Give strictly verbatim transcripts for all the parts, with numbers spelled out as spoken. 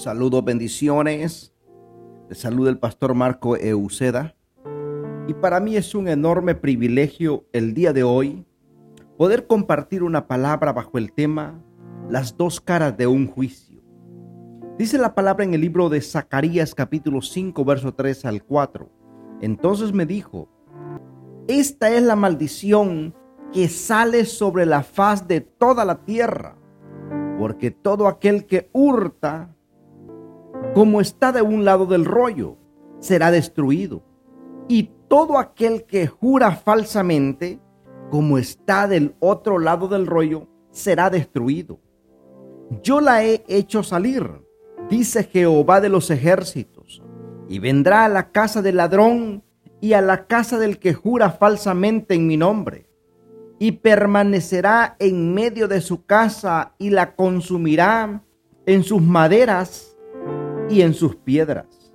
Saludos, bendiciones. Les saluda el pastor Marco Euceda. Y para mí es un enorme privilegio el día de hoy poder compartir una palabra bajo el tema Las dos caras de un juicio. Dice la palabra en el libro de Zacarías capítulo cinco, verso tres al cuatro. Entonces me dijo: esta es la maldición que sale sobre la faz de toda la tierra, porque todo aquel que hurta, como está de un lado del rollo, será destruido, y todo aquel que jura falsamente, como está del otro lado del rollo, será destruido. Yo la he hecho salir, dice Jehová de los ejércitos, y vendrá a la casa del ladrón y a la casa del que jura falsamente en mi nombre, y permanecerá en medio de su casa y la consumirá en sus maderas y en sus piedras.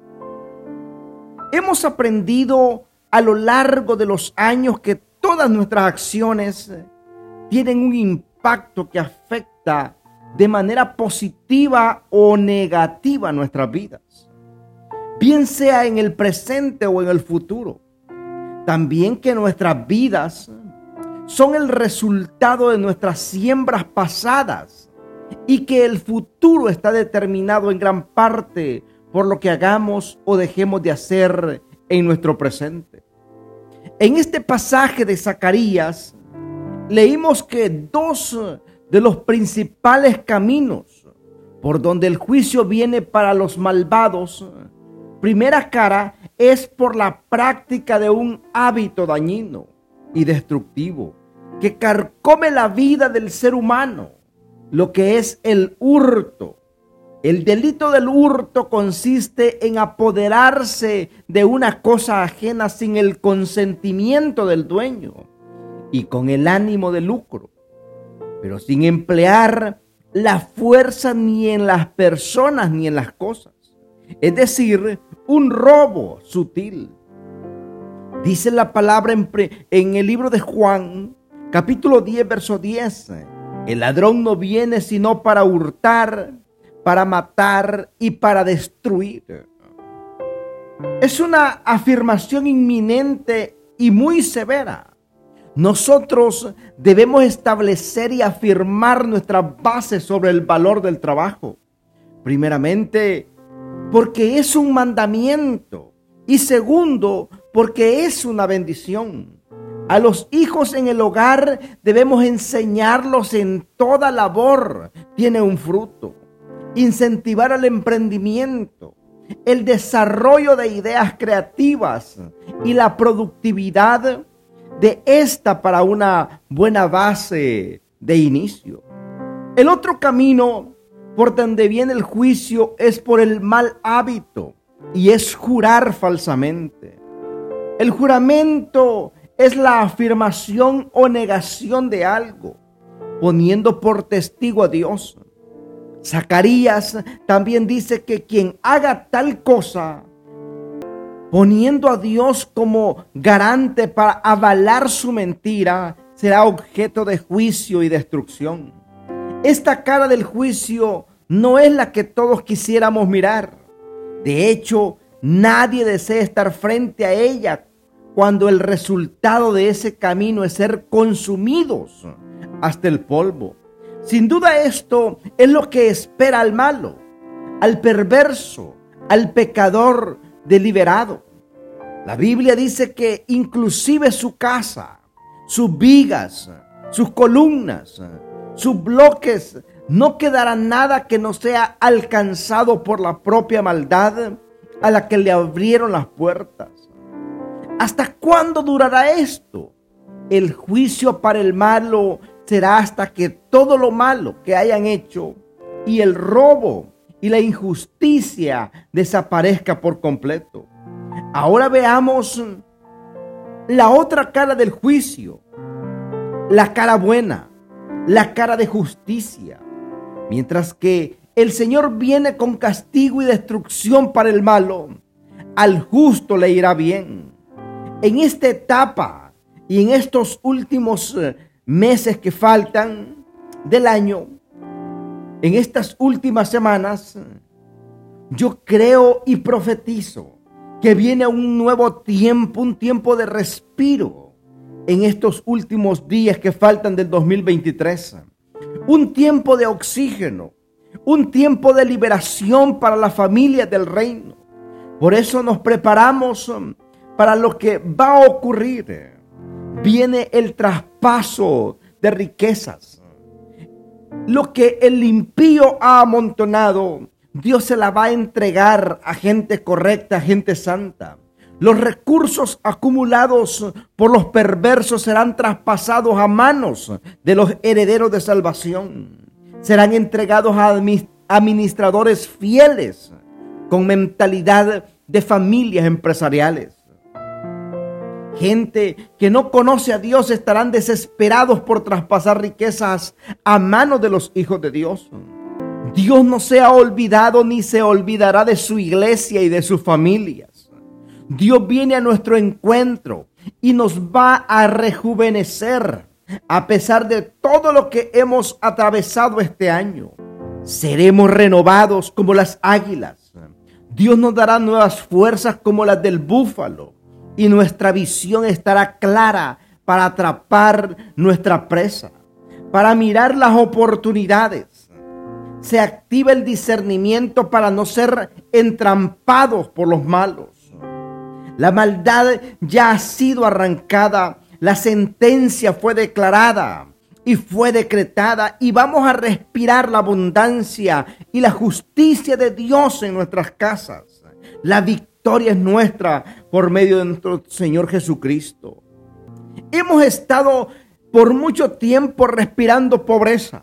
Hemos aprendido a lo largo de los años que todas nuestras acciones tienen un impacto que afecta de manera positiva o negativa nuestras vidas, bien sea en el presente o en el futuro. También que nuestras vidas son el resultado de nuestras siembras pasadas y que el futuro está determinado en gran parte por lo que hagamos o dejemos de hacer en nuestro presente. En este pasaje de Zacarías leímos que dos de los principales caminos por donde el juicio viene para los malvados, primera cara, es por la práctica de un hábito dañino y destructivo que carcome la vida del ser humano, lo que es el hurto. El delito del hurto consiste en apoderarse de una cosa ajena sin el consentimiento del dueño y con el ánimo de lucro, pero sin emplear la fuerza ni en las personas ni en las cosas. Es decir, un robo sutil. Dice la palabra en, pre, en el libro de Juan, capítulo diez, verso diez. El ladrón no viene sino para hurtar, para matar y para destruir. Es una afirmación inminente y muy severa. Nosotros debemos establecer y afirmar nuestras bases sobre el valor del trabajo. Primeramente, porque es un mandamiento. Y segundo, porque es una bendición. A los hijos en el hogar debemos enseñarlos en toda labor. Tiene un fruto. Incentivar el emprendimiento, el desarrollo de ideas creativas y la productividad de esta para una buena base de inicio. El otro camino por donde viene el juicio es por el mal hábito y es jurar falsamente. El juramento es la afirmación o negación de algo, poniendo por testigo a Dios. Zacarías también dice que quien haga tal cosa, poniendo a Dios como garante para avalar su mentira, será objeto de juicio y destrucción. Esta cara del juicio no es la que todos quisiéramos mirar. De hecho, nadie desea estar frente a ella cuando el resultado de ese camino es ser consumidos hasta el polvo. Sin duda esto es lo que espera al malo, al perverso, al pecador deliberado. La Biblia dice que inclusive su casa, sus vigas, sus columnas, sus bloques, no quedará nada que no sea alcanzado por la propia maldad a la que le abrieron las puertas. ¿Hasta cuándo durará esto? El juicio para el malo será hasta que todo lo malo que hayan hecho y el robo y la injusticia desaparezca por completo. Ahora veamos la otra cara del juicio, la cara buena, la cara de justicia. Mientras que el Señor viene con castigo y destrucción para el malo, al justo le irá bien. En esta etapa y en estos últimos meses que faltan del año, en estas últimas semanas, Yo creo y profetizo que viene un nuevo tiempo, un tiempo de respiro en estos últimos días que faltan del dos mil veintitrés. Un tiempo de oxígeno, un tiempo de liberación para la familia del reino. Por eso nos preparamos para lo que va a ocurrir. Viene el traspaso de riquezas. Lo que el impío ha amontonado, Dios se la va a entregar a gente correcta, a gente santa. Los recursos acumulados por los perversos serán traspasados a manos de los herederos de salvación. Serán entregados a administradores fieles con mentalidad de familias empresariales. Gente que no conoce a Dios estarán desesperados por traspasar riquezas a manos de los hijos de Dios. Dios no se ha olvidado ni se olvidará de su iglesia y de sus familias. Dios viene a nuestro encuentro y nos va a rejuvenecer a pesar de todo lo que hemos atravesado este año. Seremos renovados como las águilas. Dios nos dará nuevas fuerzas como las del búfalo y nuestra visión estará clara para atrapar nuestra presa, para mirar las oportunidades. Se activa el discernimiento para no ser entrampados por los malos. La maldad ya ha sido arrancada, la sentencia fue declarada y fue decretada y vamos a respirar la abundancia y la justicia de Dios en nuestras casas. La victoria es nuestra por medio de nuestro Señor Jesucristo. Hemos estado por mucho tiempo respirando pobreza,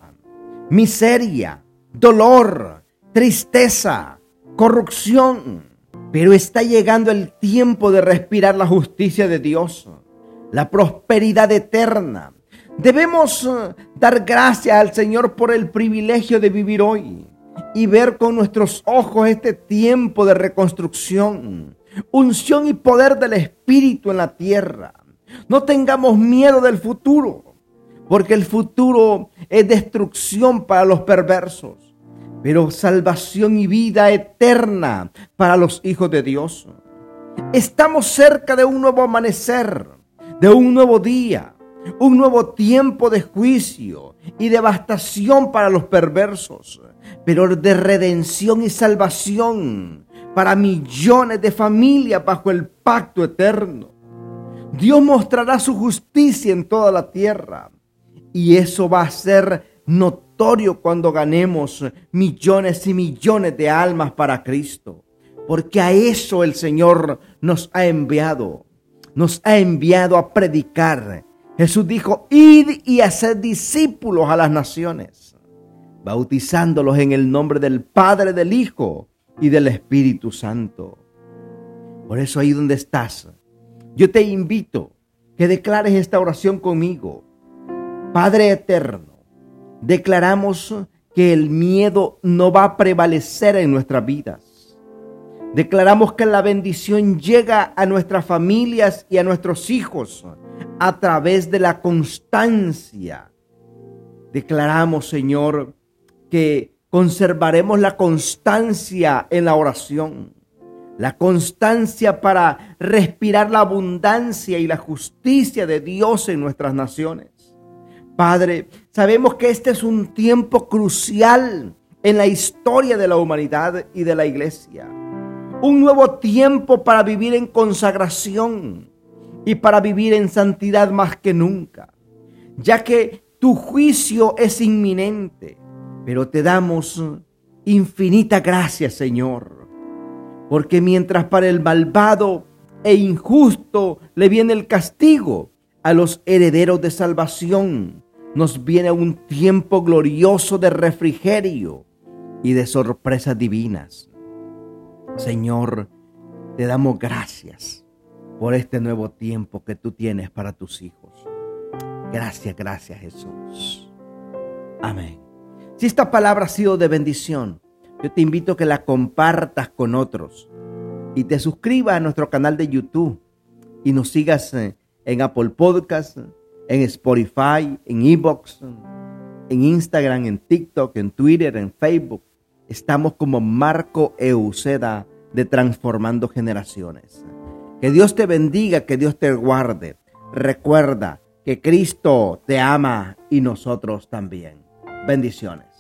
miseria, dolor, tristeza, corrupción. Pero está llegando el tiempo de respirar la justicia de Dios, la prosperidad eterna. Debemos dar gracias al Señor por el privilegio de vivir hoy y ver con nuestros ojos este tiempo de reconstrucción, unción y poder del Espíritu en la tierra. No tengamos miedo del futuro, porque el futuro es destrucción para los perversos, pero salvación y vida eterna para los hijos de Dios. Estamos cerca de un nuevo amanecer, de un nuevo día, un nuevo tiempo de juicio y devastación para los perversos, pero de redención y salvación para millones de familias bajo el pacto eterno. Dios mostrará su justicia en toda la tierra y eso va a ser notorio cuando ganemos millones y millones de almas para Cristo, porque a eso el Señor nos ha enviado, nos ha enviado a predicar. Jesús dijo: id y haced discípulos a las naciones, bautizándolos en el nombre del Padre, del Hijo y del Espíritu Santo. Por eso ahí donde estás, yo te invito que declares esta oración conmigo. Padre eterno, declaramos que el miedo no va a prevalecer en nuestras vidas. Declaramos que la bendición llega a nuestras familias y a nuestros hijos a través de la constancia. Declaramos, Señor, que conservaremos la constancia en la oración, la constancia para respirar la abundancia y la justicia de Dios en nuestras naciones. Padre, sabemos que este es un tiempo crucial en la historia de la humanidad y de la iglesia. Un nuevo tiempo para vivir en consagración y para vivir en santidad más que nunca, ya que tu juicio es inminente. Pero te damos infinita gracia, Señor, porque mientras para el malvado e injusto le viene el castigo, a los herederos de salvación nos viene un tiempo glorioso de refrigerio y de sorpresas divinas. Señor, te damos gracias por este nuevo tiempo que tú tienes para tus hijos. Gracias, gracias, Jesús. Amén. Si esta palabra ha sido de bendición, yo te invito a que la compartas con otros y te suscribas a nuestro canal de YouTube y nos sigas en en Apple Podcast, en Spotify, en iVoox, en Instagram, en TikTok, en Twitter, en Facebook. Estamos como Marco Euseda de Transformando Generaciones. Que Dios te bendiga, que Dios te guarde. Recuerda que Cristo te ama y nosotros también. Bendiciones.